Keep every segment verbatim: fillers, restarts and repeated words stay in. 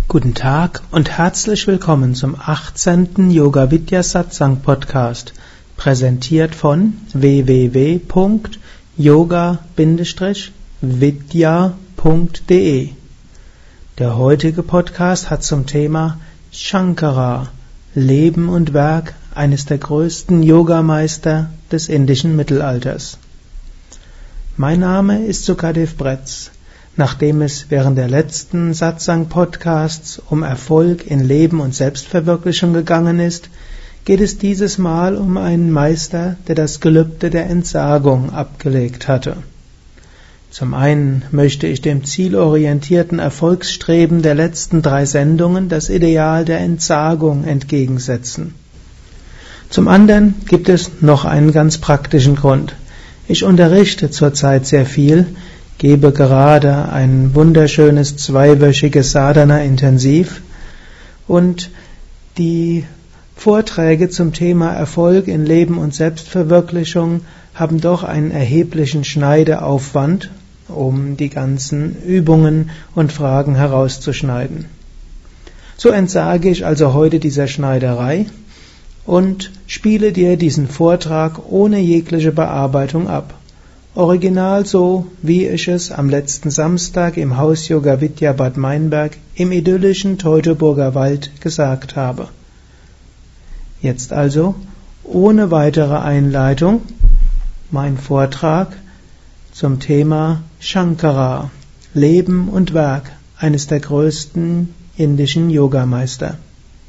Guten Tag und herzlich willkommen zum achtzehnten Yoga Vidya Satsang Podcast, präsentiert von w w w punkt yoga vidya punkt d e. Der heutige Podcast hat zum Thema Shankara, Leben und Werk eines der größten Yogameister des indischen Mittelalters. Mein Name ist Sukadev Bretz. Nachdem es während der letzten Satsang-Podcasts um Erfolg in Leben und Selbstverwirklichung gegangen ist, geht es dieses Mal um einen Meister, der das Gelübde der Entsagung abgelegt hatte. Zum einen möchte ich dem zielorientierten Erfolgsstreben der letzten drei Sendungen das Ideal der Entsagung entgegensetzen. Zum anderen gibt es noch einen ganz praktischen Grund. Ich unterrichte zurzeit sehr viel, gebe gerade ein wunderschönes zweiwöchiges Sadhana-Intensiv und die Vorträge zum Thema Erfolg in Leben und Selbstverwirklichung haben doch einen erheblichen Schneideaufwand, um die ganzen Übungen und Fragen herauszuschneiden. So entsage ich also heute dieser Schneiderei und spiele dir diesen Vortrag ohne jegliche Bearbeitung ab. Original so, wie ich es am letzten Samstag im Haus Yoga Vidya Bad Meinberg im idyllischen Teutoburger Wald gesagt habe. Jetzt also, ohne weitere Einleitung, mein Vortrag zum Thema Shankara, Leben und Werk eines der größten indischen Yogameister.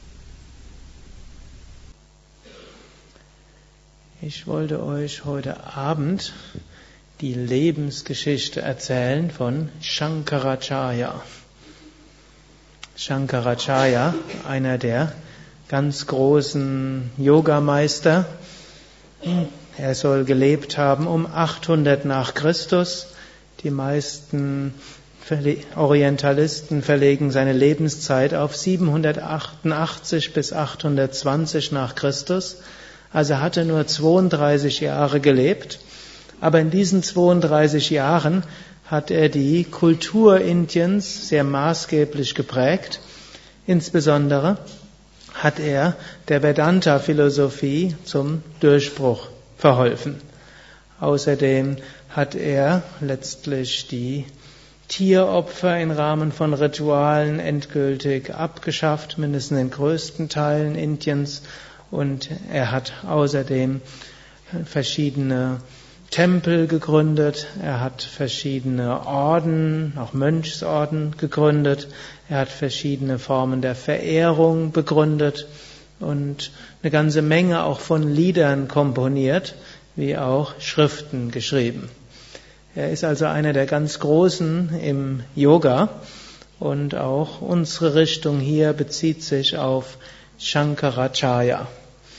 Ich wollte euch heute Abend die Lebensgeschichte erzählen von Shankaracharya. Shankaracharya, einer der ganz großen Yogameister. Er soll gelebt haben um achthundert nach Christus. Die meisten Orientalisten verlegen seine Lebenszeit auf siebenhundertachtundachtzig bis achthundertzwanzig nach Christus. Also er hatte nur zweiunddreißig Jahre gelebt. Aber in diesen zweiunddreißig Jahren hat er die Kultur Indiens sehr maßgeblich geprägt. Insbesondere hat er der Vedanta-Philosophie zum Durchbruch verholfen. Außerdem hat er letztlich die Tieropfer im Rahmen von Ritualen endgültig abgeschafft, mindestens in den größten Teilen Indiens. Und er hat außerdem verschiedene Tempel gegründet, er hat verschiedene Orden, auch Mönchsorden gegründet, er hat verschiedene Formen der Verehrung begründet und eine ganze Menge auch von Liedern komponiert, wie auch Schriften geschrieben. Er ist also einer der ganz Großen im Yoga und auch unsere Richtung hier bezieht sich auf Shankaracharya.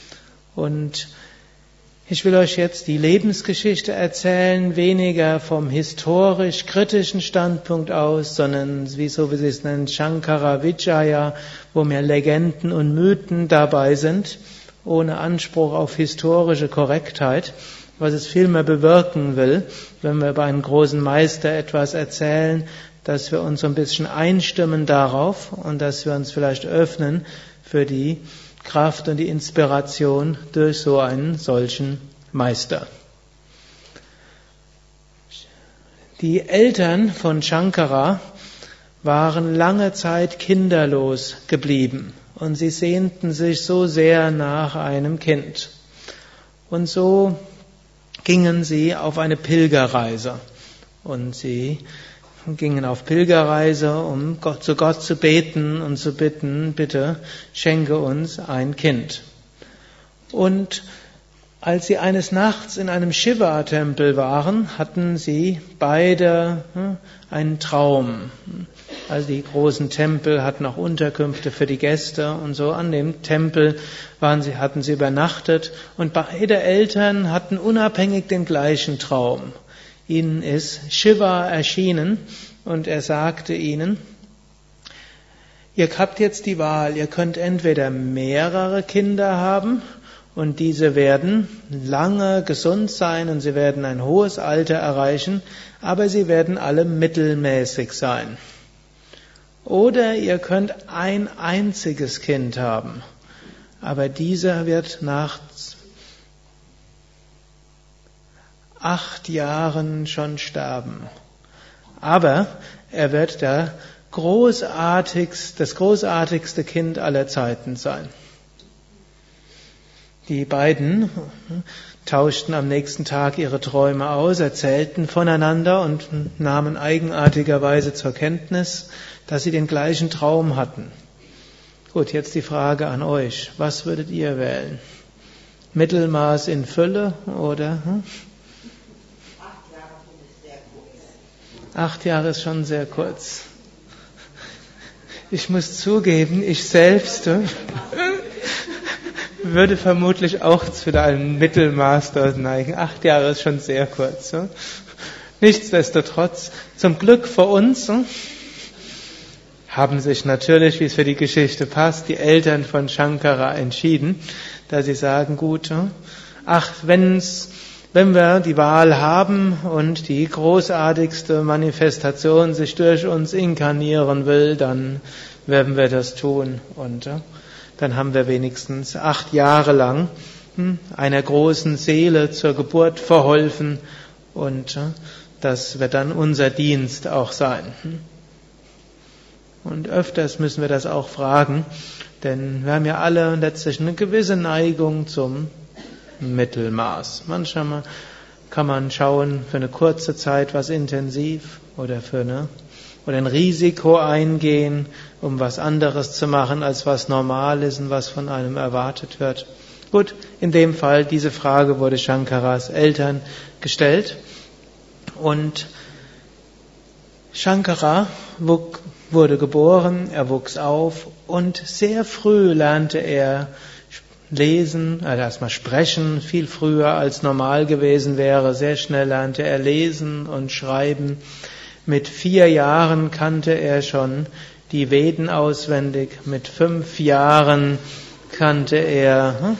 Und ich will euch jetzt die Lebensgeschichte erzählen, weniger vom historisch-kritischen Standpunkt aus, sondern wie so wie sie es nennen, Shankara Vijaya, wo mehr Legenden und Mythen dabei sind, ohne Anspruch auf historische Korrektheit, was es vielmehr bewirken will, wenn wir über einen großen Meister etwas erzählen, dass wir uns so ein bisschen einstimmen darauf und dass wir uns vielleicht öffnen für die Kraft und die Inspiration durch so einen solchen Meister. Die Eltern von Shankara waren lange Zeit kinderlos geblieben und sie sehnten sich so sehr nach einem Kind. Und so gingen sie auf eine Pilgerreise und sie gingen auf Pilgerreise, um Gott, zu Gott zu beten und zu bitten, bitte schenke uns ein Kind. Und als sie eines Nachts in einem Shiva-Tempel waren, hatten sie beide einen Traum. Also die großen Tempel hatten auch Unterkünfte für die Gäste und so. An dem Tempel waren sie, hatten sie übernachtet und beide Eltern hatten unabhängig den gleichen Traum. Ihnen ist Shiva erschienen und er sagte ihnen, ihr habt jetzt die Wahl, ihr könnt entweder mehrere Kinder haben und diese werden lange gesund sein und sie werden ein hohes Alter erreichen, aber sie werden alle mittelmäßig sein. Oder ihr könnt ein einziges Kind haben, aber dieser wird nach acht Jahren schon sterben. Aber er wird der großartigste, das großartigste Kind aller Zeiten sein. Die beiden tauschten am nächsten Tag ihre Träume aus, erzählten voneinander und nahmen eigenartigerweise zur Kenntnis, dass sie den gleichen Traum hatten. Gut, jetzt die Frage an euch. Was würdet ihr wählen? Mittelmaß in Fülle oder? Hm? Acht Jahre ist schon sehr kurz. Ich muss zugeben, ich selbst würde vermutlich auch zu einem Mittelmaß dort neigen. Acht Jahre ist schon sehr kurz. Nichtsdestotrotz, zum Glück für uns, haben sich natürlich, wie es für die Geschichte passt, die Eltern von Shankara entschieden, da sie sagen, gut, ach, wenn's Wenn wir die Wahl haben und die großartigste Manifestation sich durch uns inkarnieren will, dann werden wir das tun. Und äh, dann haben wir wenigstens acht Jahre lang hm, einer großen Seele zur Geburt verholfen. Und äh, das wird dann unser Dienst auch sein. Und öfters müssen wir das auch fragen, denn wir haben ja alle letztlich eine gewisse Neigung zum Mittelmaß. Manchmal kann man schauen, für eine kurze Zeit was intensiv oder für eine, oder ein Risiko eingehen, um was anderes zu machen, als was normal ist und was von einem erwartet wird. Gut, in dem Fall, diese Frage wurde Shankaras Eltern gestellt und Shankara wurde geboren, er wuchs auf und sehr früh lernte er Lesen, also erstmal sprechen, viel früher als normal gewesen wäre. Sehr schnell lernte er lesen und schreiben. Mit vier Jahren kannte er schon die Veden auswendig. Mit fünf Jahren kannte er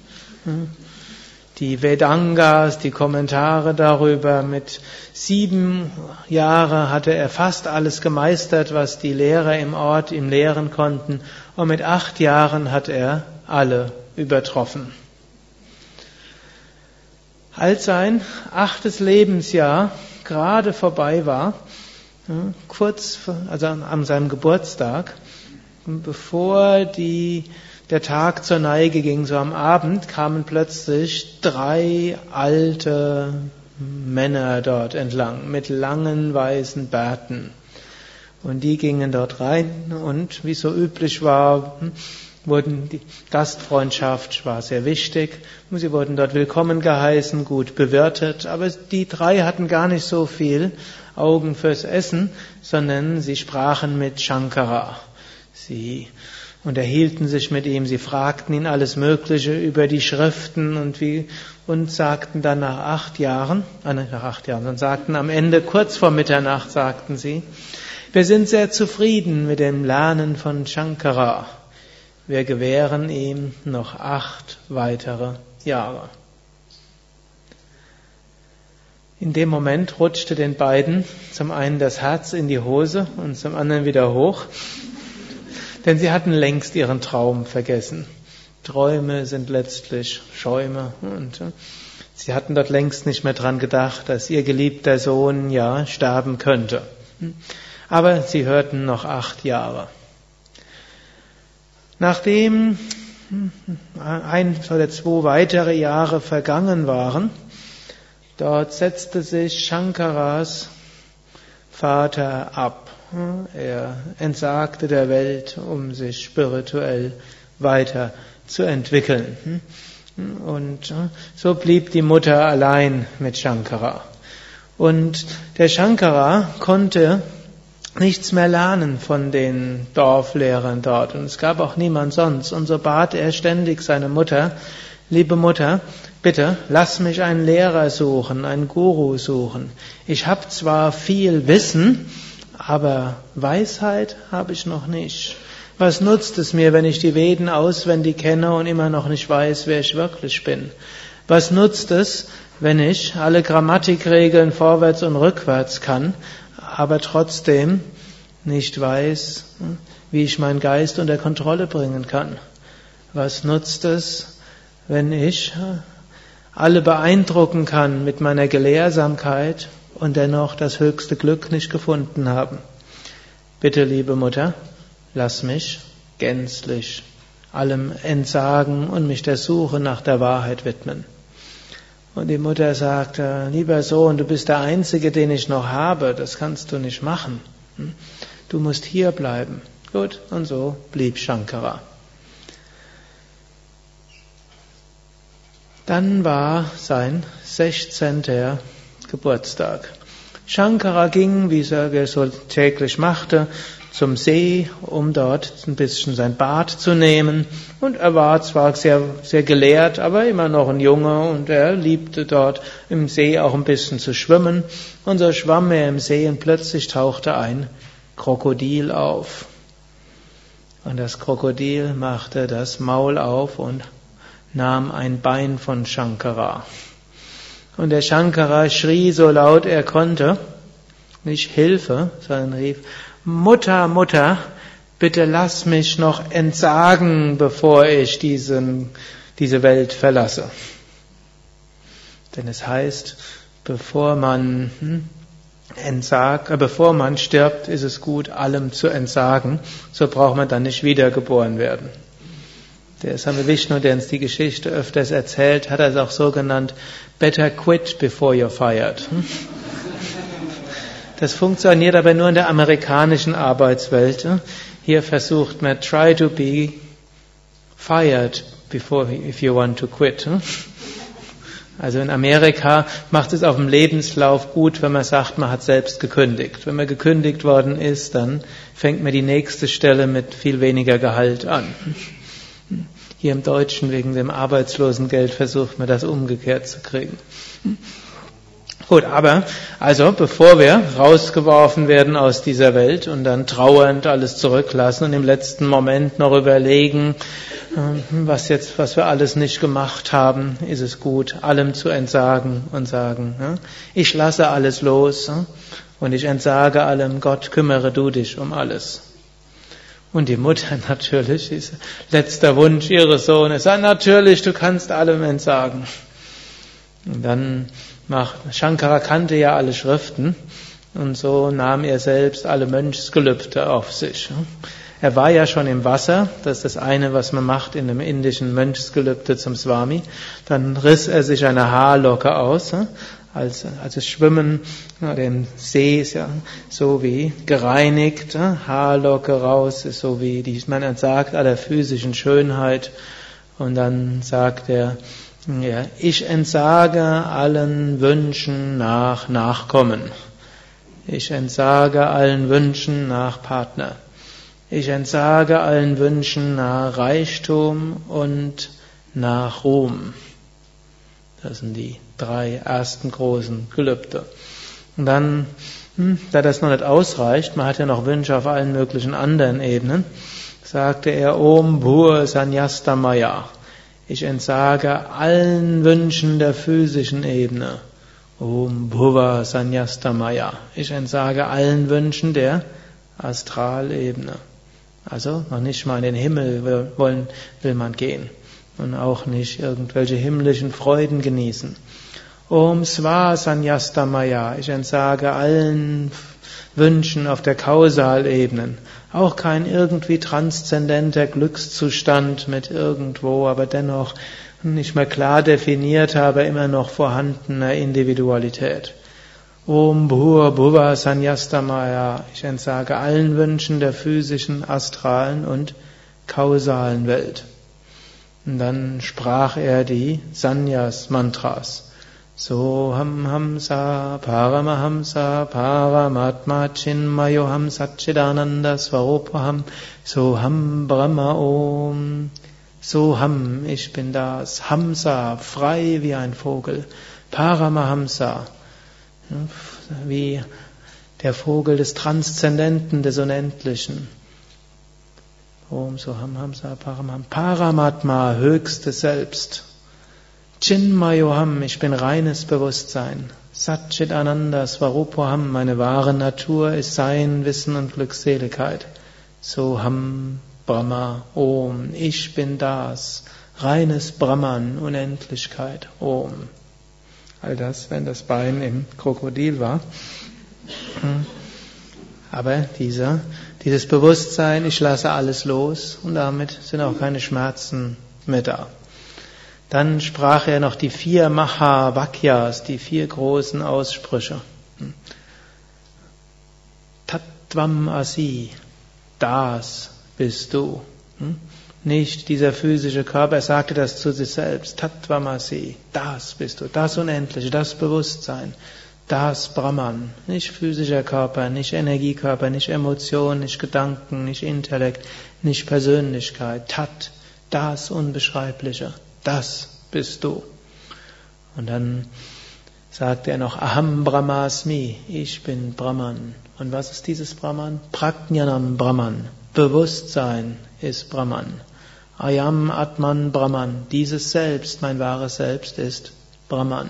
die Vedangas, die Kommentare darüber. Mit sieben Jahren hatte er fast alles gemeistert, was die Lehrer im Ort ihm lehren konnten. Und mit acht Jahren hat er alle übertroffen. Als sein achtes Lebensjahr gerade vorbei war, kurz, also an seinem Geburtstag, bevor die, der Tag zur Neige ging, so am Abend, kamen plötzlich drei alte Männer dort entlang mit langen weißen Bärten. Und die gingen dort rein und wie so üblich war, wurden die Gastfreundschaft war sehr wichtig. Sie wurden dort willkommen geheißen, gut bewirtet. Aber die drei hatten gar nicht so viel Augen fürs Essen, sondern sie sprachen mit Shankara. Sie unterhielten sich mit ihm, sie fragten ihn alles Mögliche über die Schriften und wie und sagten dann nach acht Jahren, äh, nach acht Jahren, und sagten am Ende, kurz vor Mitternacht, sagten sie, wir sind sehr zufrieden mit dem Lernen von Shankara. Wir gewähren ihm noch acht weitere Jahre. In dem Moment rutschte den beiden zum einen das Herz in die Hose und zum anderen wieder hoch, denn sie hatten längst ihren Traum vergessen. Träume sind letztlich Schäume und sie hatten dort längst nicht mehr dran gedacht, dass ihr geliebter Sohn ja sterben könnte. Aber sie hörten noch acht Jahre. Nachdem ein oder zwei weitere Jahre vergangen waren, dort setzte sich Shankaras Vater ab. Er entsagte der Welt, um sich spirituell weiterzuentwickeln. Und so blieb die Mutter allein mit Shankara. Und der Shankara konnte nichts mehr lernen von den Dorflehrern dort. Und es gab auch niemand sonst. Und so bat er ständig seine Mutter, liebe Mutter, bitte lass mich einen Lehrer suchen, einen Guru suchen. Ich habe zwar viel Wissen, aber Weisheit habe ich noch nicht. Was nutzt es mir, wenn ich die Veden auswendig kenne und immer noch nicht weiß, wer ich wirklich bin? Was nutzt es, wenn ich alle Grammatikregeln vorwärts und rückwärts kann, aber trotzdem nicht weiß, wie ich meinen Geist unter Kontrolle bringen kann? Was nutzt es, wenn ich alle beeindrucken kann mit meiner Gelehrsamkeit und dennoch das höchste Glück nicht gefunden haben? Bitte, liebe Mutter, lass mich gänzlich allem entsagen und mich der Suche nach der Wahrheit widmen. Und die Mutter sagt, lieber Sohn, du bist der Einzige, den ich noch habe, das kannst du nicht machen. Du musst hier bleiben. Gut, und so blieb Shankara. Dann war sein sechzehnter Geburtstag. Shankara ging, wie er so täglich machte, zum See, um dort ein bisschen sein Bad zu nehmen. Und er war zwar sehr, sehr gelehrt, aber immer noch ein Junge und er liebte dort im See auch ein bisschen zu schwimmen. Und so schwamm er im See und plötzlich tauchte ein Krokodil auf. Und das Krokodil machte das Maul auf und nahm ein Bein von Shankara. Und der Shankara schrie so laut er konnte, nicht Hilfe, sondern rief, Mutter, Mutter, bitte lass mich noch entsagen, bevor ich diesen, diese Welt verlasse. Denn es heißt, bevor man hm, entsagt, äh, bevor man stirbt, ist es gut, allem zu entsagen. So braucht man dann nicht wiedergeboren werden. Der Swami Vishnu, der uns die Geschichte öfters erzählt, hat es auch so genannt, better quit before you're fired. Hm? Das funktioniert aber nur in der amerikanischen Arbeitswelt. Hier versucht man, try to be fired before if you want to quit. Also in Amerika macht es auf dem Lebenslauf gut, wenn man sagt, man hat selbst gekündigt. Wenn man gekündigt worden ist, dann fängt man die nächste Stelle mit viel weniger Gehalt an. Hier im Deutschen wegen dem Arbeitslosengeld versucht man das umgekehrt zu kriegen. Gut, aber, also, bevor wir rausgeworfen werden aus dieser Welt und dann trauernd alles zurücklassen und im letzten Moment noch überlegen, was jetzt, was wir alles nicht gemacht haben, ist es gut, allem zu entsagen und sagen, ich lasse alles los und ich entsage allem, Gott, kümmere du dich um alles. Und die Mutter natürlich, ist letzter Wunsch ihres Sohnes, sagt, natürlich, du kannst allem entsagen. Und dann macht, Shankara kannte ja alle Schriften und so nahm er selbst alle Mönchsgelübde auf sich. Er war ja schon im Wasser, das ist das eine, was man macht in einem indischen Mönchsgelübde zum Swami. Dann riss er sich eine Haarlocke aus, als, als das Schwimmen, den See ist ja so wie gereinigt, Haarlocke raus ist so wie, die, man sagt, aller physischen Schönheit. Und dann sagt er, ja, ich entsage allen Wünschen nach Nachkommen. Ich entsage allen Wünschen nach Partner. Ich entsage allen Wünschen nach Reichtum und nach Ruhm. Das sind die drei ersten großen Gelübde. Und dann, hm, da das noch nicht ausreicht, man hat ja noch Wünsche auf allen möglichen anderen Ebenen, sagte er Om Bhur Sanyastamaya. Ich entsage allen Wünschen der physischen Ebene. Om Bhuva Sanyastamaya. Ich entsage allen Wünschen der Astralebene. Also noch nicht mal in den Himmel wollen, will man gehen. Und auch nicht irgendwelche himmlischen Freuden genießen. Om Sva Sanyastamaya. Ich entsage allen Wünschen auf der Kausalebene. Auch kein irgendwie transzendenter Glückszustand mit irgendwo, aber dennoch nicht mehr klar definiert, aber immer noch vorhandener Individualität. Om Bhur Bhuva Sanyastamaya. Ich entsage allen Wünschen der physischen, astralen und kausalen Welt. Und dann sprach er die Sannyas-Mantras. Soham Hamsa Paramahamsa Paramatma Chinmayoham Satchidananda Svarupaham Soham Brahma Om. Soham, ich bin das. Hamsa, frei wie ein Vogel. Paramahamsa, wie der Vogel des Transzendenten, des Unendlichen. Om Soham Hamsa Paramam. Paramatma, höchstes Selbst. Chinmayoham, ich bin reines Bewusstsein. Satchit Ananda Svarupoham, meine wahre Natur ist Sein, Wissen und Glückseligkeit. Soham Brahma Om, ich bin das, reines Brahman, Unendlichkeit, Om. All das, wenn das Bein im Krokodil war. Aber dieser, dieses Bewusstsein, ich lasse alles los und damit sind auch keine Schmerzen mehr da. Dann sprach er noch die vier Mahavakyas, die vier großen Aussprüche. Tattvam Asi, das bist du. Nicht dieser physische Körper, er sagte das zu sich selbst. Tattvam Asi, das bist du, das Unendliche, das Bewusstsein, das Brahman. Nicht physischer Körper, nicht Energiekörper, nicht Emotion, nicht Gedanken, nicht Intellekt, nicht Persönlichkeit. Tat, das Unbeschreibliche. Das bist du. Und dann sagte er noch, Aham Brahmasmi, ich bin Brahman. Und was ist dieses Brahman? Prajnanam Brahman. Bewusstsein ist Brahman. Ayam Atman Brahman. Dieses Selbst, mein wahres Selbst, ist Brahman.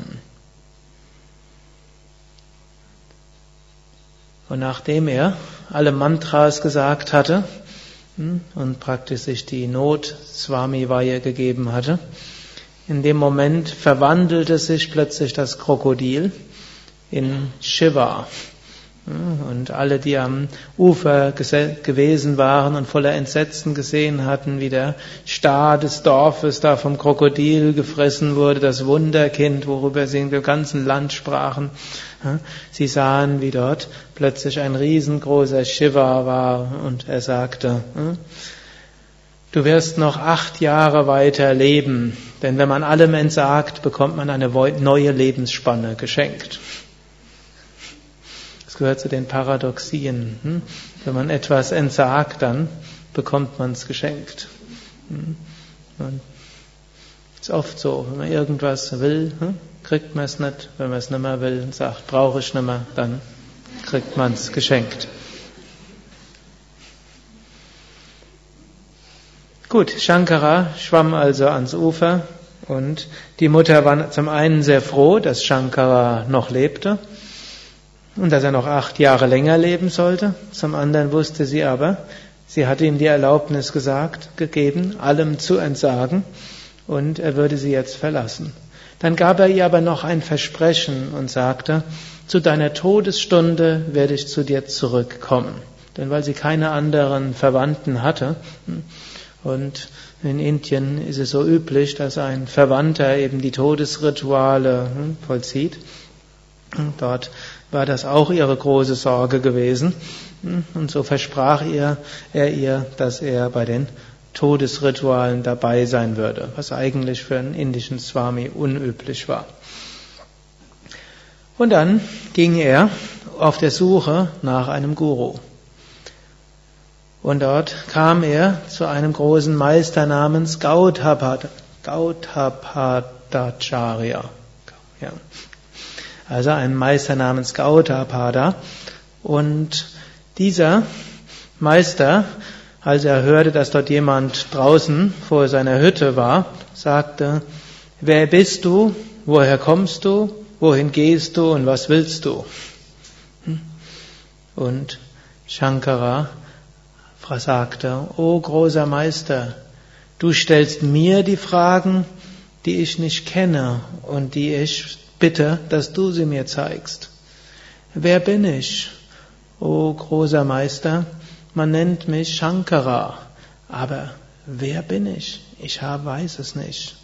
Und nachdem er alle Mantras gesagt hatte, und praktisch sich die Not-Swami-Weihe gegeben hatte. In dem Moment verwandelte sich plötzlich das Krokodil in Shiva. Und alle, die am Ufer gewesen waren und voller Entsetzen gesehen hatten, wie der Star des Dorfes da vom Krokodil gefressen wurde, das Wunderkind, worüber sie in dem ganzen Land sprachen. Sie sahen, wie dort plötzlich ein riesengroßer Shiva war und er sagte, du wirst noch acht Jahre weiter leben, denn wenn man allem entsagt, bekommt man eine neue Lebensspanne geschenkt. Das gehört zu den Paradoxien. Wenn man etwas entsagt, dann bekommt man es geschenkt. Und es ist oft so, wenn man irgendwas will, kriegt man es nicht. Wenn man es nicht mehr will und sagt, brauche ich nicht mehr, dann kriegt man es geschenkt. Gut, Shankara schwamm also ans Ufer und die Mutter war zum einen sehr froh, dass Shankara noch lebte und dass er noch acht Jahre länger leben sollte. Zum anderen wusste sie aber, sie hatte ihm die Erlaubnis gesagt, gegeben, allem zu entsagen und er würde sie jetzt verlassen. Dann gab er ihr aber noch ein Versprechen und sagte, zu deiner Todesstunde werde ich zu dir zurückkommen. Denn weil sie keine anderen Verwandten hatte, und in Indien ist es so üblich, dass ein Verwandter eben die Todesrituale vollzieht. Dort war das auch ihre große Sorge gewesen. Und so versprach er, er ihr, dass er bei den Todesritualen dabei sein würde, was eigentlich für einen indischen Swami unüblich war. Und dann ging er auf der Suche nach einem Guru. Und dort kam er zu einem großen Meister namens Gautapad, Gautapadacharya. Ja. Also ein Meister namens Gautapada. Und dieser Meister, als er hörte, dass dort jemand draußen vor seiner Hütte war, sagte, wer bist du, woher kommst du, wohin gehst du und was willst du? Und Shankara sagte, o großer Meister, du stellst mir die Fragen, die ich nicht kenne und die ich bitte, dass du sie mir zeigst. Wer bin ich? O großer Meister, man nennt mich Shankara, aber wer bin ich? Ich weiß es nicht.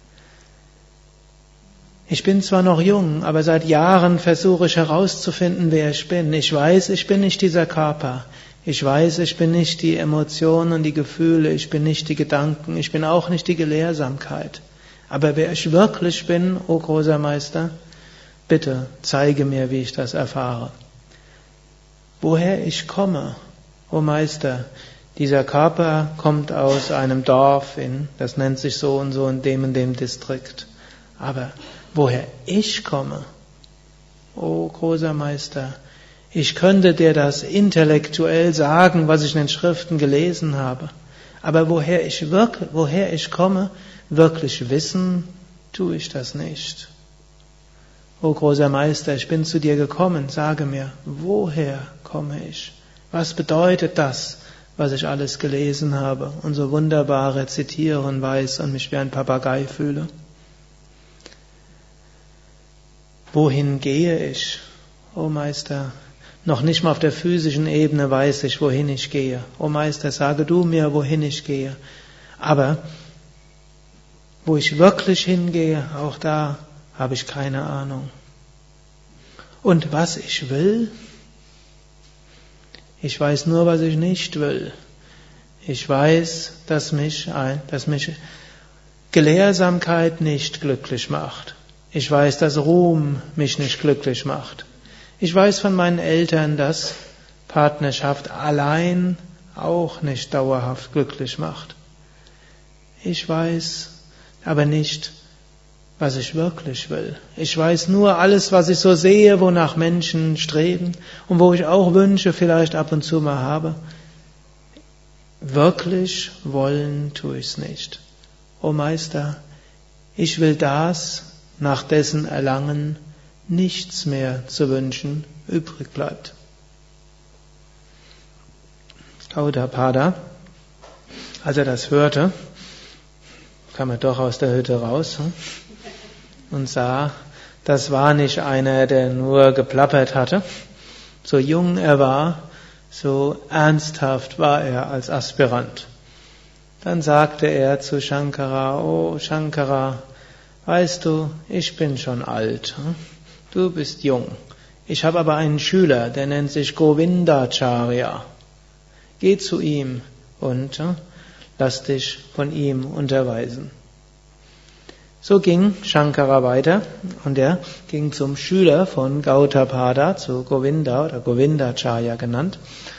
Ich bin zwar noch jung, aber seit Jahren versuche ich herauszufinden, wer ich bin. Ich weiß, ich bin nicht dieser Körper. Ich weiß, ich bin nicht die Emotionen und die Gefühle, ich bin nicht die Gedanken, ich bin auch nicht die Gelehrsamkeit. Aber wer ich wirklich bin, o großer Meister, bitte zeige mir, wie ich das erfahre. Woher ich komme, o Meister, dieser Körper kommt aus einem Dorf, in, das nennt sich so und so in dem und dem Distrikt. Aber woher ich komme, o großer Meister, ich könnte dir das intellektuell sagen, was ich in den Schriften gelesen habe. Aber woher ich wirklich, woher ich komme, wirklich wissen, tue ich das nicht. O großer Meister, ich bin zu dir gekommen, sage mir, woher komme ich? Was bedeutet das, was ich alles gelesen habe und so wunderbar rezitieren weiß und mich wie ein Papagei fühle? Wohin gehe ich? O Meister, noch nicht mal auf der physischen Ebene weiß ich, wohin ich gehe. O Meister, sage du mir, wohin ich gehe. Aber wo ich wirklich hingehe, auch da habe ich keine Ahnung. Und was ich will? Ich weiß nur, was ich nicht will. Ich weiß, dass mich, ein, dass mich Gelehrsamkeit nicht glücklich macht. Ich weiß, dass Ruhm mich nicht glücklich macht. Ich weiß von meinen Eltern, dass Partnerschaft allein auch nicht dauerhaft glücklich macht. Ich weiß aber nicht, was ich wirklich will. Ich weiß nur alles, was ich so sehe, wonach Menschen streben und wo ich auch Wünsche vielleicht ab und zu mal habe. Wirklich wollen tue ich es nicht. O Meister, ich will das, nach dessen Erlangen nichts mehr zu wünschen übrig bleibt. Gaudapada, als er das hörte, kam er doch aus der Hütte raus und sah, das war nicht einer, der nur geplappert hatte. So jung er war, so ernsthaft war er als Aspirant. Dann sagte er zu Shankara, oh Shankara, weißt du, ich bin schon alt, du bist jung. Ich habe aber einen Schüler, der nennt sich Govindacharya. Geh zu ihm und lass dich von ihm unterweisen. So ging Shankara weiter und er ging zum Schüler von Gaudapada, zu Govinda oder Govindacharya genannt.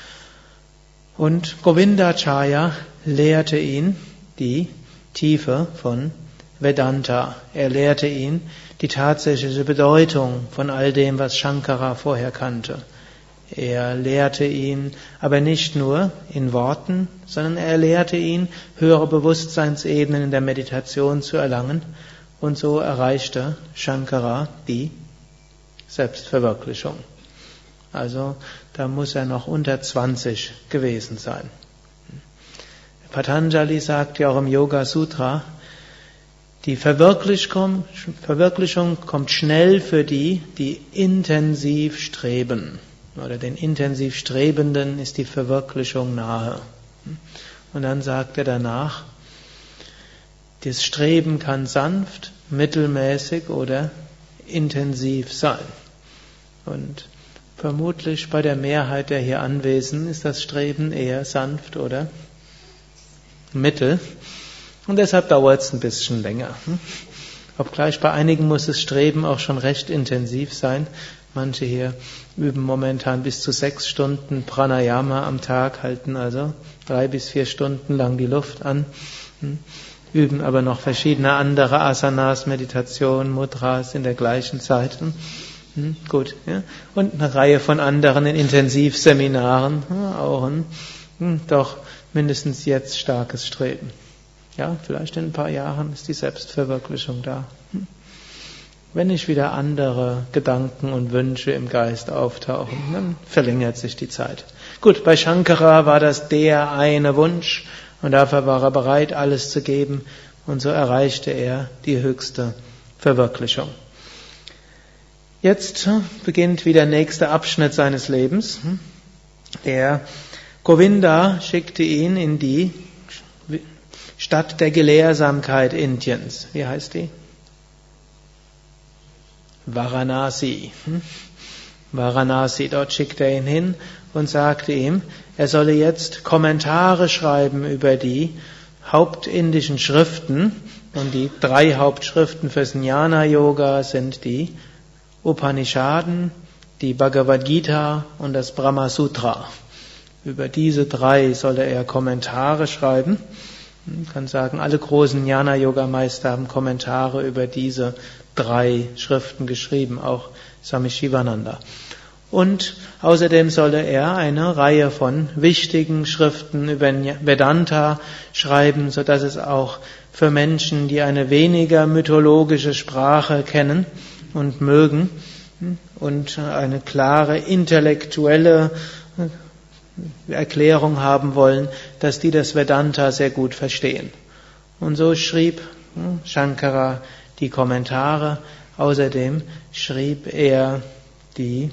Und Govindacharya lehrte ihn die Tiefe von Vedanta. Er lehrte ihn die tatsächliche Bedeutung von all dem, was Shankara vorher kannte. Er lehrte ihn aber nicht nur in Worten, sondern er lehrte ihn, höhere Bewusstseinsebenen in der Meditation zu erlangen. Und so erreichte Shankara die Selbstverwirklichung. Also da muss er noch unter zwanzig gewesen sein. Patanjali sagt ja auch im Yoga Sutra, die Verwirklichung, Verwirklichung kommt schnell für die, die intensiv streben. Oder den intensiv Strebenden ist die Verwirklichung nahe. Und dann sagt er danach, das Streben kann sanft, mittelmäßig oder intensiv sein. Und vermutlich bei der Mehrheit der hier Anwesenden ist das Streben eher sanft oder mittel. Und deshalb dauert es ein bisschen länger. Obgleich bei einigen muss das Streben auch schon recht intensiv sein. Manche hier üben momentan bis zu sechs Stunden Pranayama am Tag, halten also drei bis vier Stunden lang die Luft an, üben aber noch verschiedene andere Asanas, Meditation, Mudras in der gleichen Zeit. Hm, gut, ja. Und eine Reihe von anderen in Intensivseminaren, ja, auch ein hm, doch mindestens jetzt starkes Streben. Ja, vielleicht in ein paar Jahren ist die Selbstverwirklichung da. Hm. Wenn nicht wieder andere Gedanken und Wünsche im Geist auftauchen, dann verlängert sich die Zeit. Gut, bei Shankara war das der eine Wunsch und dafür war er bereit, alles zu geben und so erreichte er die höchste Verwirklichung. Jetzt beginnt wieder der nächste Abschnitt seines Lebens. Der Govinda schickte ihn in die Stadt der Gelehrsamkeit Indiens. Wie heißt die? Varanasi. Varanasi, dort schickte er ihn hin und sagte ihm, er solle jetzt Kommentare schreiben über die hauptindischen Schriften. Und die drei Hauptschriften fürs Jnana-Yoga sind die Upanishaden, die Bhagavad Gita und das Brahma Sutra. Über diese drei solle er Kommentare schreiben. Man kann sagen, alle großen Jnana-Yoga-Meister haben Kommentare über diese drei Schriften geschrieben, auch Swami Shivananda. Und außerdem solle er eine Reihe von wichtigen Schriften über Vedanta schreiben, so dass es auch für Menschen, die eine weniger mythologische Sprache kennen, und mögen und eine klare intellektuelle Erklärung haben wollen, dass die das Vedanta sehr gut verstehen. Und so schrieb Shankara die Kommentare. Außerdem schrieb er die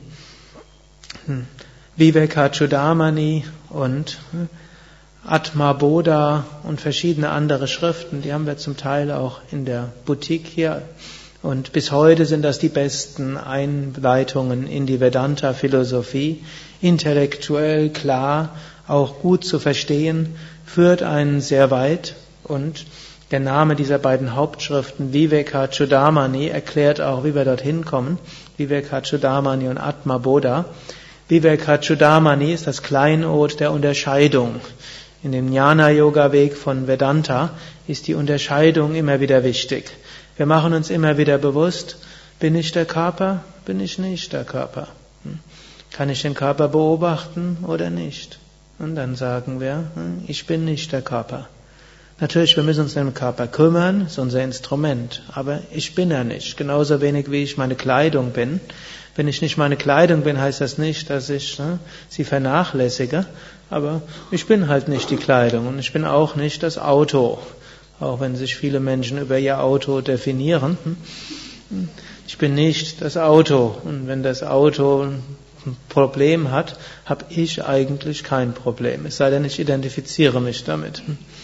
Vivekachudamani und Atma Bodha und verschiedene andere Schriften. Die haben wir zum Teil auch in der Boutique hier. Und bis heute sind das die besten Einleitungen in die Vedanta-Philosophie. Intellektuell klar, auch gut zu verstehen, führt einen sehr weit. Und der Name dieser beiden Hauptschriften, Vivekachudamani, erklärt auch, wie wir dorthin kommen. Vivekachudamani und Atma Bodha. Vivekachudamani ist das Kleinod der Unterscheidung. In dem Jnana-Yoga-Weg von Vedanta ist die Unterscheidung immer wieder wichtig. Wir machen uns immer wieder bewusst, bin ich der Körper, bin ich nicht der Körper? Kann ich den Körper beobachten oder nicht? Und dann sagen wir, ich bin nicht der Körper. Natürlich, wir müssen uns um den Körper kümmern, das ist unser Instrument, aber ich bin er nicht, genauso wenig wie ich meine Kleidung bin. Wenn ich nicht meine Kleidung bin, heißt das nicht, dass ich ne, sie vernachlässige, aber ich bin halt nicht die Kleidung und ich bin auch nicht das Auto. Auch wenn sich viele Menschen über ihr Auto definieren. Ich bin nicht das Auto. Und wenn das Auto ein Problem hat, habe ich eigentlich kein Problem. Es sei denn, ich identifiziere mich damit.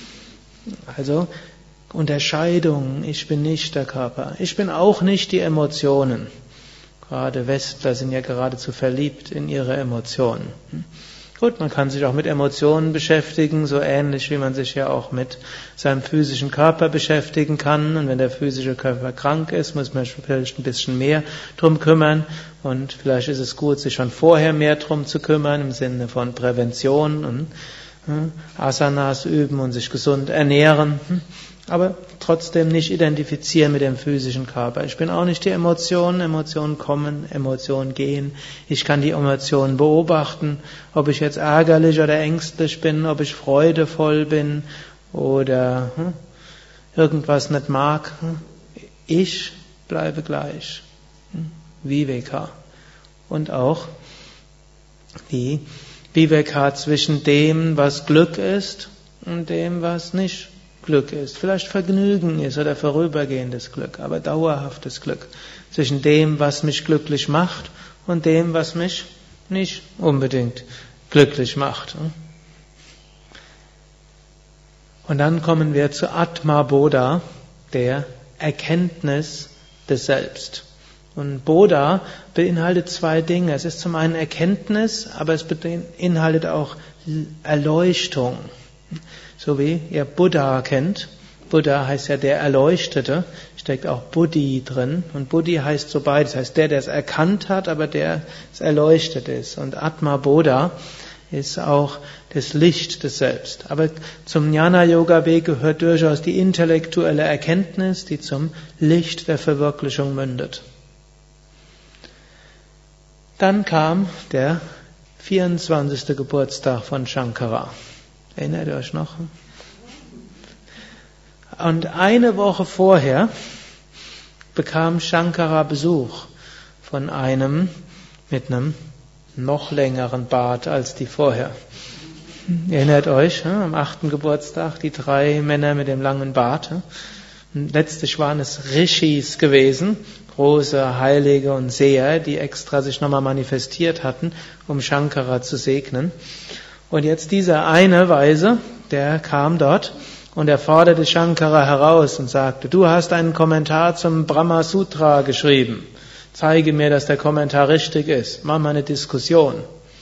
Also Unterscheidung, ich bin nicht der Körper. Ich bin auch nicht die Emotionen. Gerade Westler sind ja geradezu verliebt in ihre Emotionen. Gut, man kann sich auch mit Emotionen beschäftigen, so ähnlich wie man sich ja auch mit seinem physischen Körper beschäftigen kann. Und wenn der physische Körper krank ist, muss man vielleicht ein bisschen mehr drum kümmern. Und vielleicht ist es gut, sich schon vorher mehr drum zu kümmern, im Sinne von Prävention und Asanas üben und sich gesund ernähren. Aber trotzdem nicht identifizieren mit dem physischen Körper. Ich bin auch nicht die Emotionen. Emotionen kommen, Emotionen gehen. Ich kann die Emotionen beobachten, ob ich jetzt ärgerlich oder ängstlich bin, ob ich freudevoll bin oder hm, irgendwas nicht mag. Ich bleibe gleich. Hm, Viveka. Und auch die Viveka zwischen dem, was Glück ist und dem, was nicht Glück ist. Vielleicht Vergnügen ist oder vorübergehendes Glück, aber dauerhaftes Glück. Zwischen dem, was mich glücklich macht und dem, was mich nicht unbedingt glücklich macht. Und dann kommen wir zu Atma Bodha, der Erkenntnis des Selbst. Und Bodha beinhaltet zwei Dinge. Es ist zum einen Erkenntnis, aber es beinhaltet auch Erleuchtung. So wie ihr Buddha kennt. Buddha heißt ja der Erleuchtete, steckt auch Buddhi drin. Und Buddhi heißt so beides, das heißt der, der es erkannt hat, aber der es erleuchtet ist. Und Atma Bodha ist auch das Licht des Selbst. Aber zum Jnana-Yoga-Weg gehört durchaus die intellektuelle Erkenntnis, die zum Licht der Verwirklichung mündet. Dann kam der vierundzwanzigste Geburtstag von Shankara. Erinnert ihr euch noch? Und eine Woche vorher bekam Shankara Besuch von einem mit einem noch längeren Bart als die vorher. Ihr erinnert euch, am achten Geburtstag, die drei Männer mit dem langen Bart. Letztlich waren es Rishis gewesen, große Heilige und Seher, die extra sich nochmal manifestiert hatten, um Shankara zu segnen. Und jetzt dieser eine Weise, der kam dort und er forderte Shankara heraus und sagte, du hast einen Kommentar zum Brahma Sutra geschrieben. Zeige mir, dass der Kommentar richtig ist. Mach mal eine Diskussion.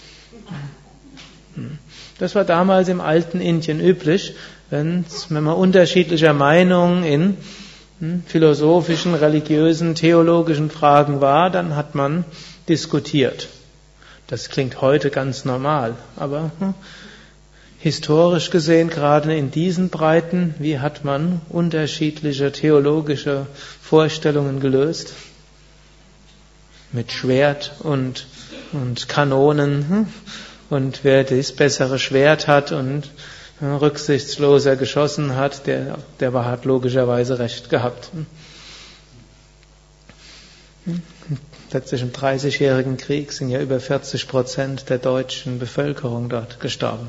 Das war damals im alten Indien üblich, wenn man unterschiedlicher Meinung in philosophischen, religiösen, theologischen Fragen war, dann hat man diskutiert. Das klingt heute ganz normal, aber hm, historisch gesehen, gerade in diesen Breiten, wie hat man unterschiedliche theologische Vorstellungen gelöst? Mit Schwert und, und Kanonen hm, und wer das bessere Schwert hat und hm, rücksichtsloser geschossen hat, der, der hat logischerweise recht gehabt. Letztlich im Dreißigjährigen Krieg sind ja über vierzig Prozent der deutschen Bevölkerung dort gestorben.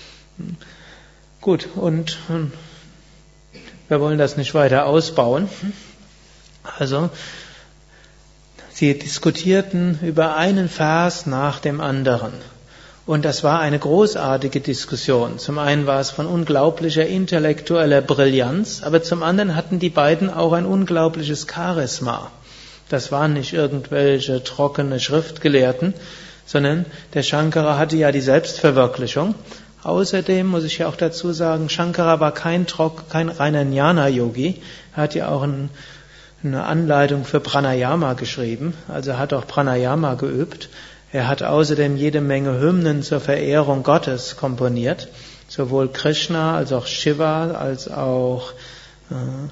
Gut, und wir wollen das nicht weiter ausbauen. Also, sie diskutierten über einen Vers nach dem anderen. Und das war eine großartige Diskussion. Zum einen war es von unglaublicher intellektueller Brillanz, aber zum anderen hatten die beiden auch ein unglaubliches Charisma. Das waren nicht irgendwelche trockene Schriftgelehrten, sondern der Shankara hatte ja die Selbstverwirklichung. Außerdem muss ich ja auch dazu sagen, Shankara war kein, Trock, kein reiner Jnana-Yogi. Er hat ja auch ein, eine Anleitung für Pranayama geschrieben, also er hat auch Pranayama geübt. Er hat außerdem jede Menge Hymnen zur Verehrung Gottes komponiert, sowohl Krishna als auch Shiva, als auch äh,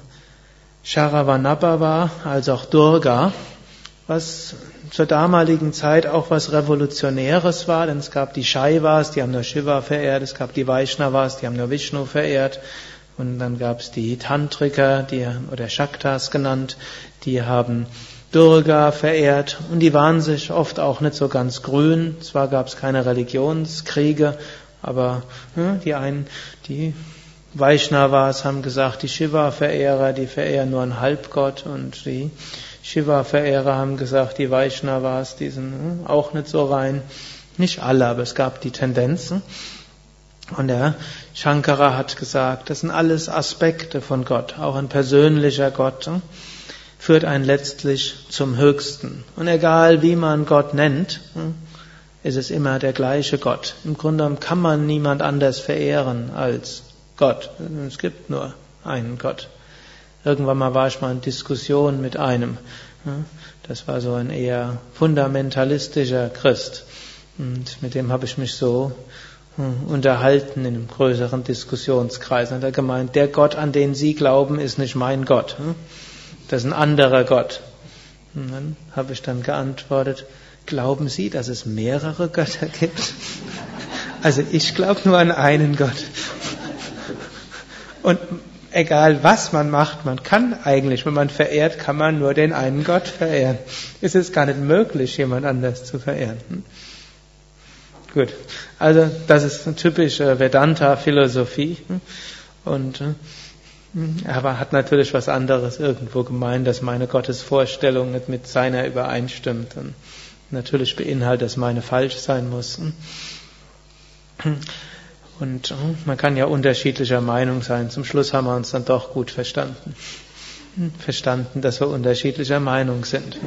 Sharavanabhava, als auch Durga, was zur damaligen Zeit auch was Revolutionäres war, denn es gab die Shaivas, die haben nur Shiva verehrt, es gab die Vaishnavas, die haben nur Vishnu verehrt, und dann gab es die Tantriker, die, oder Shaktas genannt, die haben Durga verehrt, und die waren sich oft auch nicht so ganz grün. Zwar gab es keine Religionskriege, aber ja, die einen, die Vaishnavas haben gesagt, die Shiva-Verehrer, die verehren nur einen Halbgott, und die Shiva-Verehrer haben gesagt, die Vaishnavas, die sind hm, auch nicht so rein. Nicht alle, aber es gab die Tendenzen. Und der Shankara hat gesagt, das sind alles Aspekte von Gott, auch ein persönlicher Gott hm, führt einen letztlich zum Höchsten. Und egal wie man Gott nennt, hm, ist es immer der gleiche Gott. Im Grunde genommen kann man niemand anders verehren als Gott. Es gibt nur einen Gott. Irgendwann mal war ich mal in Diskussion mit einem. Das war so ein eher fundamentalistischer Christ. Und mit dem habe ich mich so unterhalten in einem größeren Diskussionskreis. Und er hat gemeint, der Gott, an den Sie glauben, ist nicht mein Gott. Das ist ein anderer Gott. Und dann habe ich dann geantwortet, glauben Sie, dass es mehrere Götter gibt? Also ich glaube nur an einen Gott. Und egal was man macht, man kann eigentlich, wenn man verehrt, kann man nur den einen Gott verehren. Es ist gar nicht möglich, jemand anders zu verehren. Hm? Gut, also das ist eine typische Vedanta-Philosophie. Hm? Und hm, aber hat natürlich was anderes irgendwo gemeint, dass meine Gottesvorstellung nicht mit seiner übereinstimmt. Und natürlich beinhaltet, dass meine falsch sein muss. Hm? Und man kann ja unterschiedlicher Meinung sein. Zum Schluss haben wir uns dann doch gut verstanden. Verstanden, dass wir unterschiedlicher Meinung sind.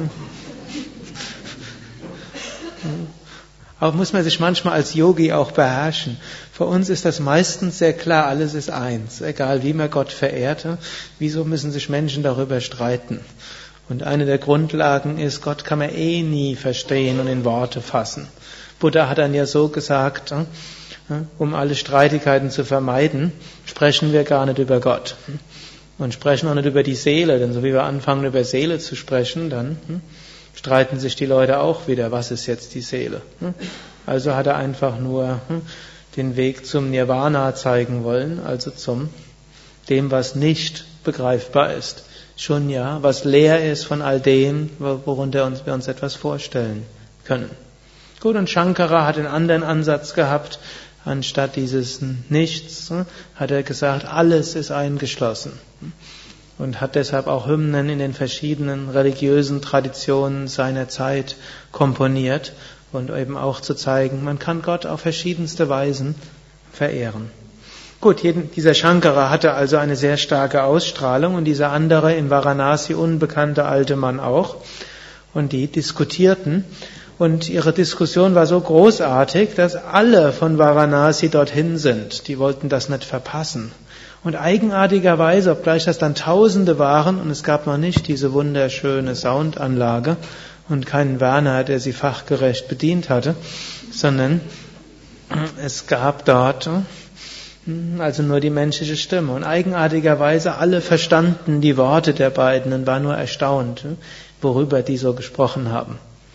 Auch muss man sich manchmal als Yogi auch beherrschen. Für uns ist das meistens sehr klar, alles ist eins. Egal wie man Gott verehrt, wieso müssen sich Menschen darüber streiten? Und eine der Grundlagen ist, Gott kann man eh nie verstehen und in Worte fassen. Buddha hat dann ja so gesagt, um alle Streitigkeiten zu vermeiden, sprechen wir gar nicht über Gott. Und sprechen auch nicht über die Seele, denn so wie wir anfangen über Seele zu sprechen, dann hm, streiten sich die Leute auch wieder, was ist jetzt die Seele. Hm? Also hat er einfach nur hm, den Weg zum Nirvana zeigen wollen, also zum dem, was nicht begreifbar ist. Shunya, was leer ist von all dem, worunter uns, wir uns etwas vorstellen können. Gut, und Shankara hat einen anderen Ansatz gehabt. Anstatt dieses Nichts hat er gesagt, alles ist eingeschlossen. Und hat deshalb auch Hymnen in den verschiedenen religiösen Traditionen seiner Zeit komponiert und eben auch zu zeigen, man kann Gott auf verschiedenste Weisen verehren. Gut, dieser Shankara hatte also eine sehr starke Ausstrahlung und dieser andere in Varanasi unbekannte alte Mann auch. Und die diskutierten. Und ihre Diskussion war so großartig, dass alle von Varanasi dorthin sind. Die wollten das nicht verpassen. Und eigenartigerweise, obgleich das dann Tausende waren, und es gab noch nicht diese wunderschöne Soundanlage und keinen Werner, der sie fachgerecht bedient hatte, sondern es gab dort also nur die menschliche Stimme. Und eigenartigerweise alle verstanden die Worte der beiden und waren nur erstaunt, worüber die so gesprochen haben.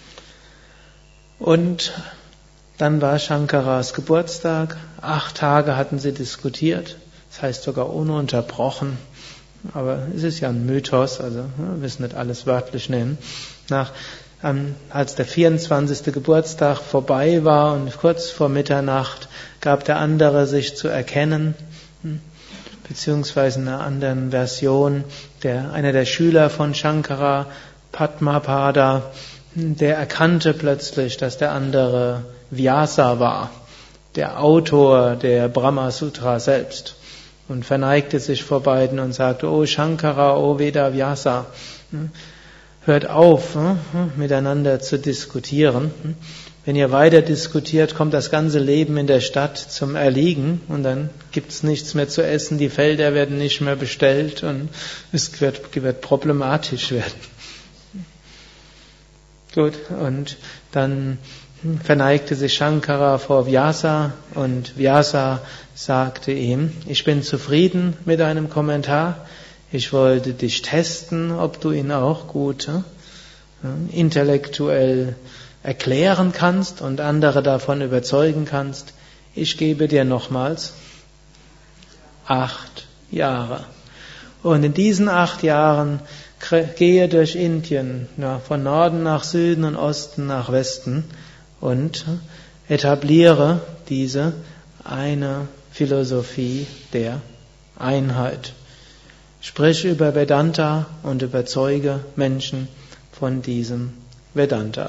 Und dann war Shankaras Geburtstag. Acht Tage hatten sie diskutiert. Das heißt sogar ununterbrochen. Aber es ist ja ein Mythos, also wir müssen nicht alles wörtlich nehmen. Nach, ähm, als der vierundzwanzigste Geburtstag vorbei war und kurz vor Mitternacht gab der andere sich zu erkennen, beziehungsweise in einer anderen Version, der, einer der Schüler von Shankara, Padmapada, der erkannte plötzlich, dass der andere Vyasa war, der Autor der Brahma Sutra selbst, und verneigte sich vor beiden und sagte: Oh Shankara, oh Veda Vyasa, hört auf, miteinander zu diskutieren. Wenn ihr weiter diskutiert, kommt das ganze Leben in der Stadt zum Erliegen und dann gibt's nichts mehr zu essen, die Felder werden nicht mehr bestellt und es wird, wird problematisch werden. Gut, und dann verneigte sich Shankara vor Vyasa und Vyasa sagte ihm: Ich bin zufrieden mit deinem Kommentar, ich wollte dich testen, ob du ihn auch gut äh, intellektuell erklären kannst und andere davon überzeugen kannst. Ich gebe dir nochmals acht Jahre. Und in diesen acht Jahren gehe durch Indien, ja, von Norden nach Süden und Osten nach Westen und etabliere diese eine Philosophie der Einheit. Sprich über Vedanta und überzeuge Menschen von diesem Vedanta.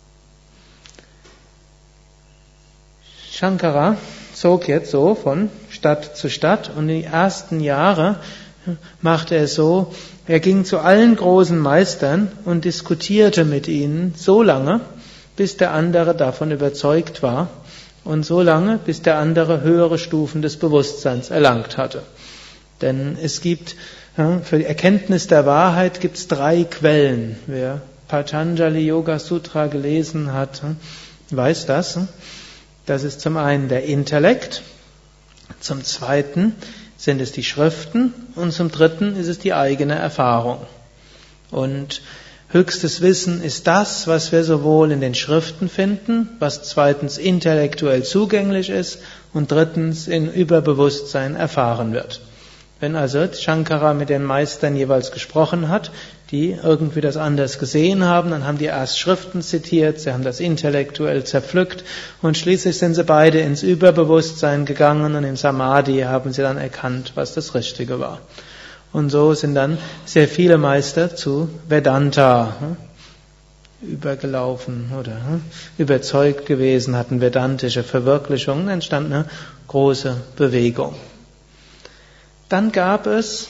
Shankara zog jetzt so von Stadt zu Stadt und die ersten Jahre machte er so, er ging zu allen großen Meistern und diskutierte mit ihnen so lange, bis der andere davon überzeugt war und so lange, bis der andere höhere Stufen des Bewusstseins erlangt hatte. Denn es gibt, ja, für die Erkenntnis der Wahrheit gibt es drei Quellen. Wer Patanjali Yoga Sutra gelesen hat, weiß das. Das ist zum einen der Intellekt, zum zweiten sind es die Schriften und zum dritten ist es die eigene Erfahrung. Und höchstes Wissen ist das, was wir sowohl in den Schriften finden, was zweitens intellektuell zugänglich ist und drittens in Überbewusstsein erfahren wird. Wenn also Shankara mit den Meistern jeweils gesprochen hat, die irgendwie das anders gesehen haben, dann haben die erst Schriften zitiert, sie haben das intellektuell zerpflückt und schließlich sind sie beide ins Überbewusstsein gegangen und im Samadhi haben sie dann erkannt, was das Richtige war. Und so sind dann sehr viele Meister zu Vedanta übergelaufen oder überzeugt gewesen, hatten vedantische Verwirklichungen, entstand eine große Bewegung. Dann gab es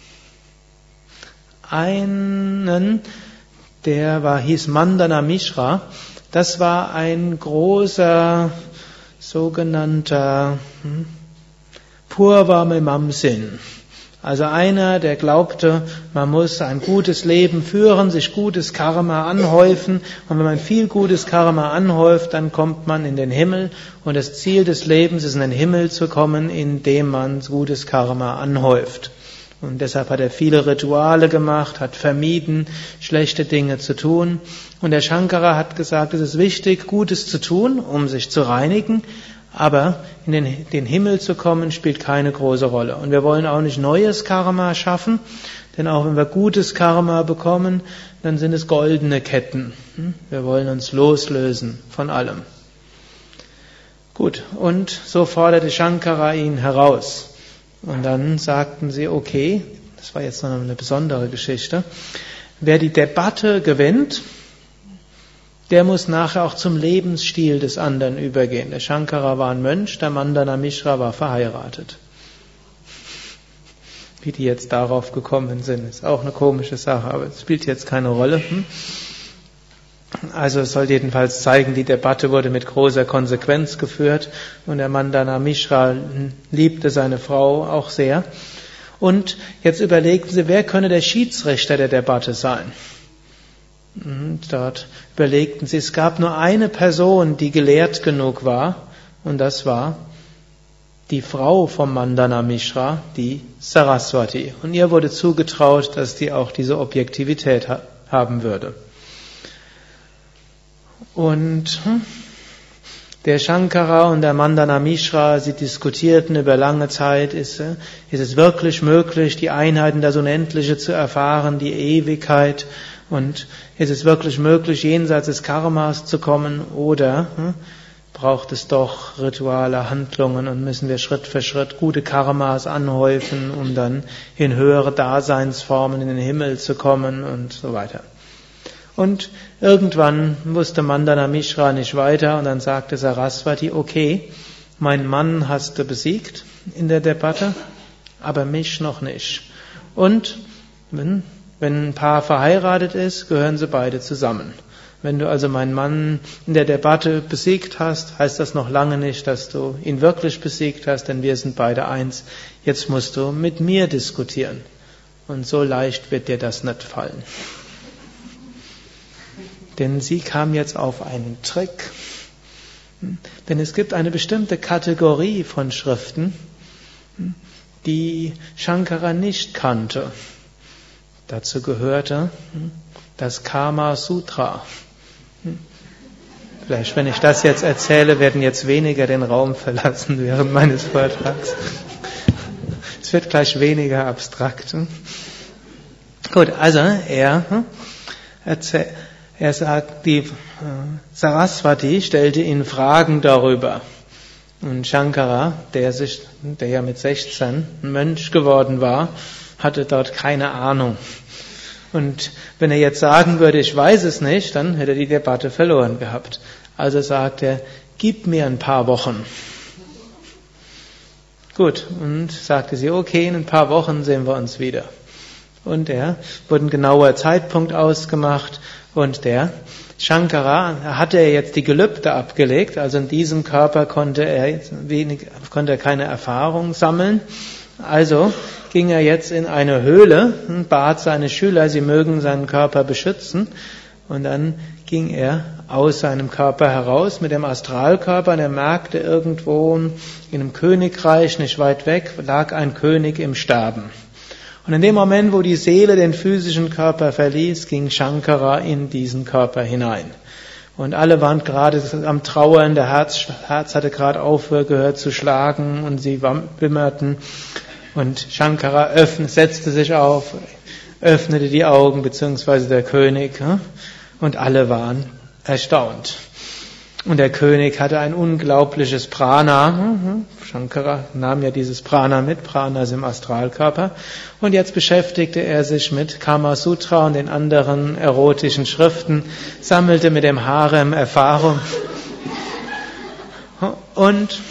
einen, der war, hieß Mandana Mishra. Das war ein großer, sogenannter hm, Purva Mimamsin. Also einer, der glaubte, man muss ein gutes Leben führen, sich gutes Karma anhäufen. Und wenn man viel gutes Karma anhäuft, dann kommt man in den Himmel. Und das Ziel des Lebens ist, in den Himmel zu kommen, indem man gutes Karma anhäuft. Und deshalb hat er viele Rituale gemacht, hat vermieden, schlechte Dinge zu tun. Und der Shankara hat gesagt, es ist wichtig, Gutes zu tun, um sich zu reinigen. Aber in den, den Himmel zu kommen, spielt keine große Rolle. Und wir wollen auch nicht neues Karma schaffen, denn auch wenn wir gutes Karma bekommen, dann sind es goldene Ketten. Wir wollen uns loslösen von allem. Gut, und so forderte Shankara ihn heraus. Und dann sagten sie, okay, das war jetzt noch eine besondere Geschichte, wer die Debatte gewinnt, der muss nachher auch zum Lebensstil des anderen übergehen. Der Shankara war ein Mönch, der Mandana Mishra war verheiratet. Wie die jetzt darauf gekommen sind, ist auch eine komische Sache, aber es spielt jetzt keine Rolle. Also es soll jedenfalls zeigen, die Debatte wurde mit großer Konsequenz geführt und der Mandana Mishra liebte seine Frau auch sehr. Und jetzt überlegten sie, wer könne der Schiedsrichter der Debatte sein? Und dort überlegten sie, es gab nur eine Person, die gelehrt genug war, und das war die Frau vom Mandana Mishra, die Saraswati. Und ihr wurde zugetraut, dass die auch diese Objektivität ha- haben würde. Und der Shankara und der Mandana Mishra, sie diskutierten über lange Zeit, ist, ist es wirklich möglich, die Einheit in das Unendliche zu erfahren, die Ewigkeit. Und ist es wirklich möglich, jenseits des Karmas zu kommen, oder hm, braucht es doch rituale Handlungen und müssen wir Schritt für Schritt gute Karmas anhäufen, um dann in höhere Daseinsformen in den Himmel zu kommen und so weiter. Und irgendwann wusste Mandana Mishra nicht weiter und dann sagte Saraswati, okay, mein Mann hast du besiegt in der Debatte, aber mich noch nicht. Und wenn, wenn ein Paar verheiratet ist, gehören sie beide zusammen. Wenn du also meinen Mann in der Debatte besiegt hast, heißt das noch lange nicht, dass du ihn wirklich besiegt hast, denn wir sind beide eins. Jetzt musst du mit mir diskutieren. Und so leicht wird dir das nicht fallen. Denn sie kam jetzt auf einen Trick. Denn es gibt eine bestimmte Kategorie von Schriften, die Shankara nicht kannte. Dazu gehörte das Kama Sutra. Vielleicht, wenn ich das jetzt erzähle, werden jetzt weniger den Raum verlassen während meines Vortrags. Es wird gleich weniger abstrakt. Gut, also er erzählt, er sagt, die Saraswati stellte ihn Fragen darüber. Und Shankara, der sich, der ja mit sechzehn ein Mönch geworden war, hatte dort keine Ahnung. Und wenn er jetzt sagen würde, ich weiß es nicht, dann hätte er die Debatte verloren gehabt. Also sagt er, gib mir ein paar Wochen. Gut, und sagte sie, okay, in ein paar Wochen sehen wir uns wieder. Und er wurde ein genauer Zeitpunkt ausgemacht und der Shankara hatte er jetzt die Gelübde abgelegt, also in diesem Körper konnte er wenig, konnte er keine Erfahrung sammeln. Also ging er jetzt in eine Höhle und bat seine Schüler, sie mögen seinen Körper beschützen. Und dann ging er aus seinem Körper heraus mit dem Astralkörper und er merkte, irgendwo in einem Königreich, nicht weit weg, lag ein König im Sterben. Und in dem Moment, wo die Seele den physischen Körper verließ, ging Shankara in diesen Körper hinein. Und alle waren gerade am Trauern, der Herz, Herz hatte gerade aufgehört zu schlagen und sie wimmerten. Und Shankara öffnet, setzte sich auf, öffnete die Augen, beziehungsweise der König, und alle waren erstaunt. Und der König hatte ein unglaubliches Prana. Shankara nahm ja dieses Prana mit, Prana ist im Astralkörper. Und jetzt beschäftigte er sich mit Kama Sutra und den anderen erotischen Schriften, sammelte mit dem Harem Erfahrung. Und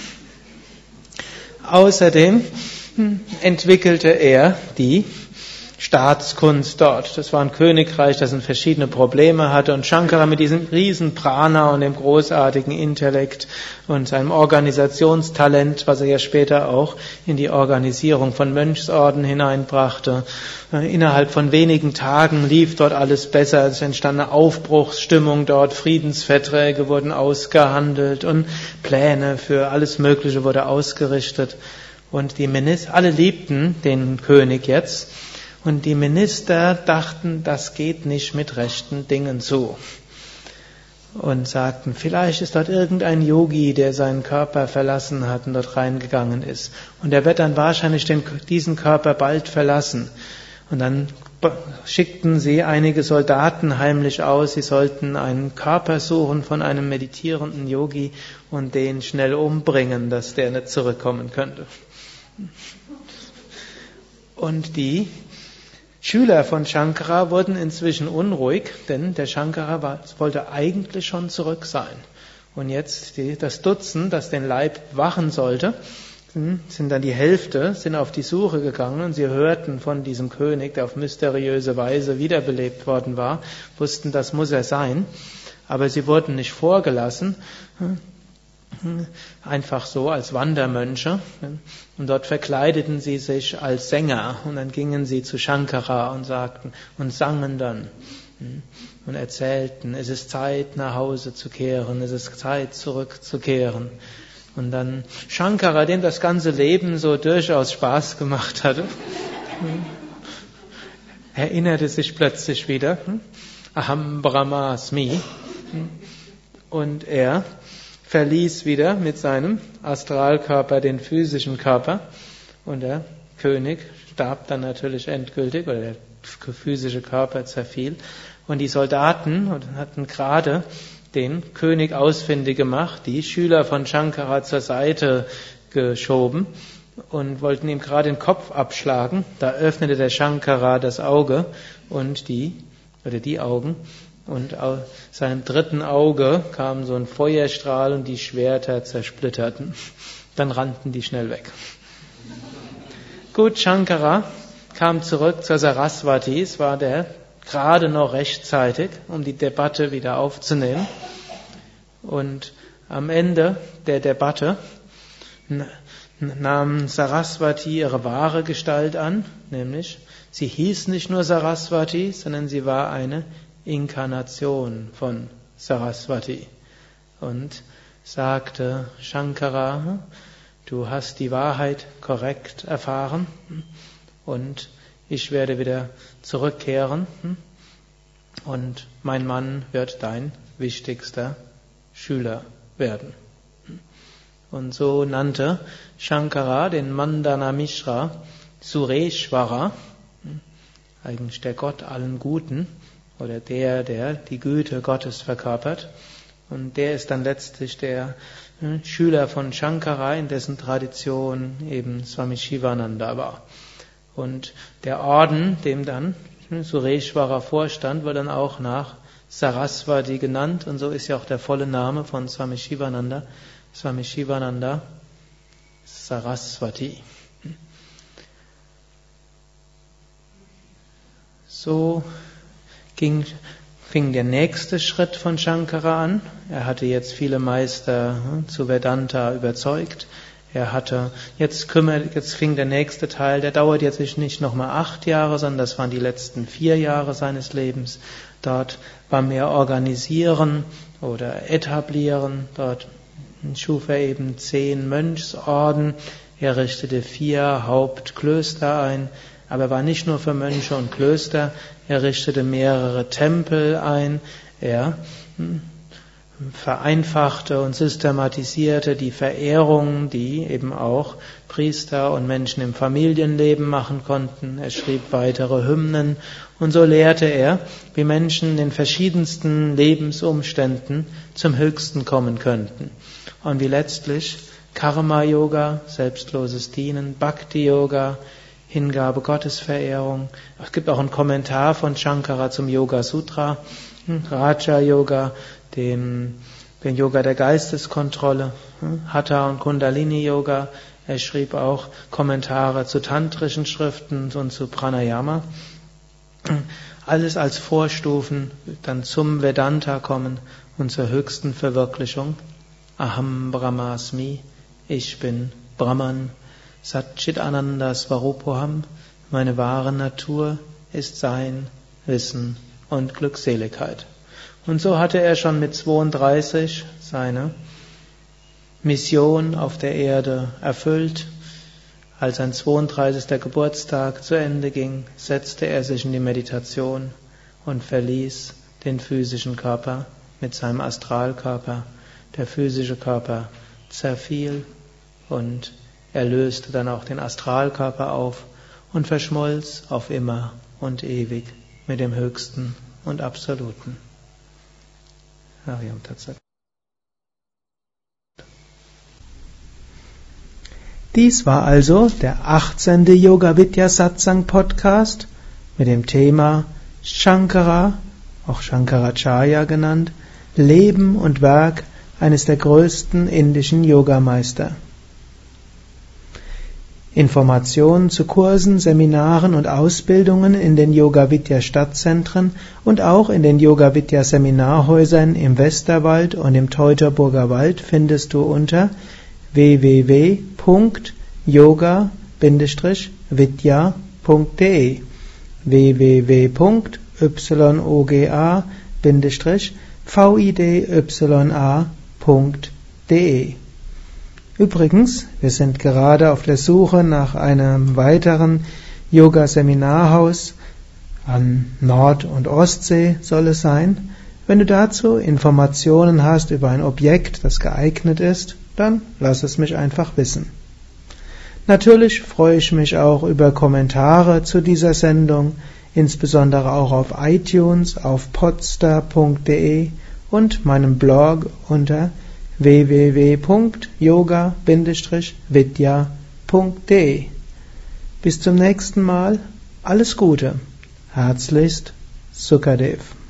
außerdem entwickelte er die Staatskunst dort. Das war ein Königreich, das verschiedene Probleme hatte und Shankara mit diesem riesen Prana und dem großartigen Intellekt und seinem Organisationstalent, was er ja später auch in die Organisierung von Mönchsorden hineinbrachte. Innerhalb von wenigen Tagen lief dort alles besser, es entstand eine Aufbruchsstimmung dort, Friedensverträge wurden ausgehandelt und Pläne für alles Mögliche wurde ausgerichtet. Und die Minister, alle liebten den König jetzt. Und die Minister dachten, das geht nicht mit rechten Dingen zu. Und sagten, vielleicht ist dort irgendein Yogi, der seinen Körper verlassen hat und dort reingegangen ist. Und er wird dann wahrscheinlich den, diesen Körper bald verlassen. Und dann schickten sie einige Soldaten heimlich aus, sie sollten einen Körper suchen von einem meditierenden Yogi und den schnell umbringen, dass der nicht zurückkommen könnte. Und die Schüler von Shankara wurden inzwischen unruhig, denn der Shankara war, wollte eigentlich schon zurück sein. Und jetzt die, das Dutzend, das den Leib wachen sollte, sind dann die Hälfte, sind auf die Suche gegangen und sie hörten von diesem König, der auf mysteriöse Weise wiederbelebt worden war, wussten, das muss er sein, aber sie wurden nicht vorgelassen, einfach so als Wandermönche. Und dort verkleideten sie sich als Sänger und dann gingen sie zu Shankara und sagten und sangen dann und erzählten, es ist Zeit nach Hause zu kehren, es ist Zeit zurückzukehren. Und dann Shankara, dem das ganze Leben so durchaus Spaß gemacht hatte, erinnerte sich plötzlich wieder, Aham Brahmasmi, und er verließ wieder mit seinem Astralkörper den physischen Körper und der König starb dann natürlich endgültig, oder der physische Körper zerfiel Und die Soldaten hatten gerade den König ausfindig gemacht, die Schüler von Shankara zur Seite geschoben und wollten ihm gerade den Kopf abschlagen. Da öffnete der Shankara das Auge und die, oder die Augen, und aus seinem dritten Auge kam so ein Feuerstrahl und die Schwerter zersplitterten. Dann rannten die schnell weg. Gut, Shankara kam zurück zur Saraswati. Es war der gerade noch rechtzeitig, um die Debatte wieder aufzunehmen. Und am Ende der Debatte nahm Saraswati ihre wahre Gestalt an, nämlich sie hieß nicht nur Saraswati, sondern sie war eine Inkarnation von Saraswati und sagte: Shankara, du hast die Wahrheit korrekt erfahren und ich werde wieder zurückkehren und mein Mann wird dein wichtigster Schüler werden. Und so nannte Shankara den Mandana Mishra Sureshwara, eigentlich der Gott allen Guten oder der, der die Güte Gottes verkörpert. Und der ist dann letztlich der Schüler von Shankara, in dessen Tradition eben Swami Shivananda war. Und der Orden, dem dann Sureshwara vorstand, wurde dann auch nach Saraswati genannt. Und so ist ja auch der volle Name von Swami Shivananda, Swami Shivananda Saraswati. So ging, fing der nächste Schritt von Shankara an. Er hatte jetzt viele Meister zu Vedanta überzeugt. Er hatte, jetzt kümmert, jetzt fing der nächste Teil, der dauert jetzt nicht nochmal acht Jahre, sondern das waren die letzten vier Jahre seines Lebens. Dort war mehr Organisieren oder Etablieren. Dort schuf er eben zehn Mönchsorden. Er richtete vier Hauptklöster ein. Aber er war nicht nur für Mönche und Klöster, er richtete mehrere Tempel ein, er vereinfachte und systematisierte die Verehrung, die eben auch Priester und Menschen im Familienleben machen konnten. Er schrieb weitere Hymnen und so lehrte er, wie Menschen in verschiedensten Lebensumständen zum Höchsten kommen könnten. Und wie letztlich Karma-Yoga, selbstloses Dienen, Bhakti-Yoga, Hingabe, Gottesverehrung. Es gibt auch einen Kommentar von Shankara zum Yoga Sutra, Raja Yoga, dem, den Yoga der Geisteskontrolle, Hatha und Kundalini Yoga. Er schrieb auch Kommentare zu tantrischen Schriften und zu Pranayama. Alles als Vorstufen dann zum Vedanta kommen und zur höchsten Verwirklichung. Aham Brahmasmi, ich bin Brahman. Satchit Ananda Svarupoham, meine wahre Natur ist Sein, Wissen und Glückseligkeit. Und so hatte er schon mit zweiunddreißig seine Mission auf der Erde erfüllt. Als sein zweiunddreißigster Geburtstag zu Ende ging, setzte er sich in die Meditation und verließ den physischen Körper mit seinem Astralkörper. Der physische Körper zerfiel und er löste dann auch den Astralkörper auf und verschmolz auf immer und ewig mit dem Höchsten und Absoluten. Dies war also der achtzehnte Yoga Vidya Satsang Podcast mit dem Thema Shankara, auch Shankaracharya genannt, Leben und Werk eines der größten indischen Yogameister. Informationen zu Kursen, Seminaren und Ausbildungen in den Yoga Vidya Stadtzentren und auch in den Yoga Vidya Seminarhäusern im Westerwald und im Teutoburger Wald findest du unter w w w punkt yoga vidya punkt d e w w w punkt yoga vidya punkt d e. Übrigens, wir sind gerade auf der Suche nach einem weiteren Yoga-Seminarhaus an Nord- und Ostsee soll es sein. Wenn du dazu Informationen hast über ein Objekt, das geeignet ist, dann lass es mich einfach wissen. Natürlich freue ich mich auch über Kommentare zu dieser Sendung insbesondere auch auf iTunes, auf podster punkt de und meinem Blog unter w w w punkt yoga vidya punkt de. Bis zum nächsten Mal, alles Gute. Herzlichst, Sukadev.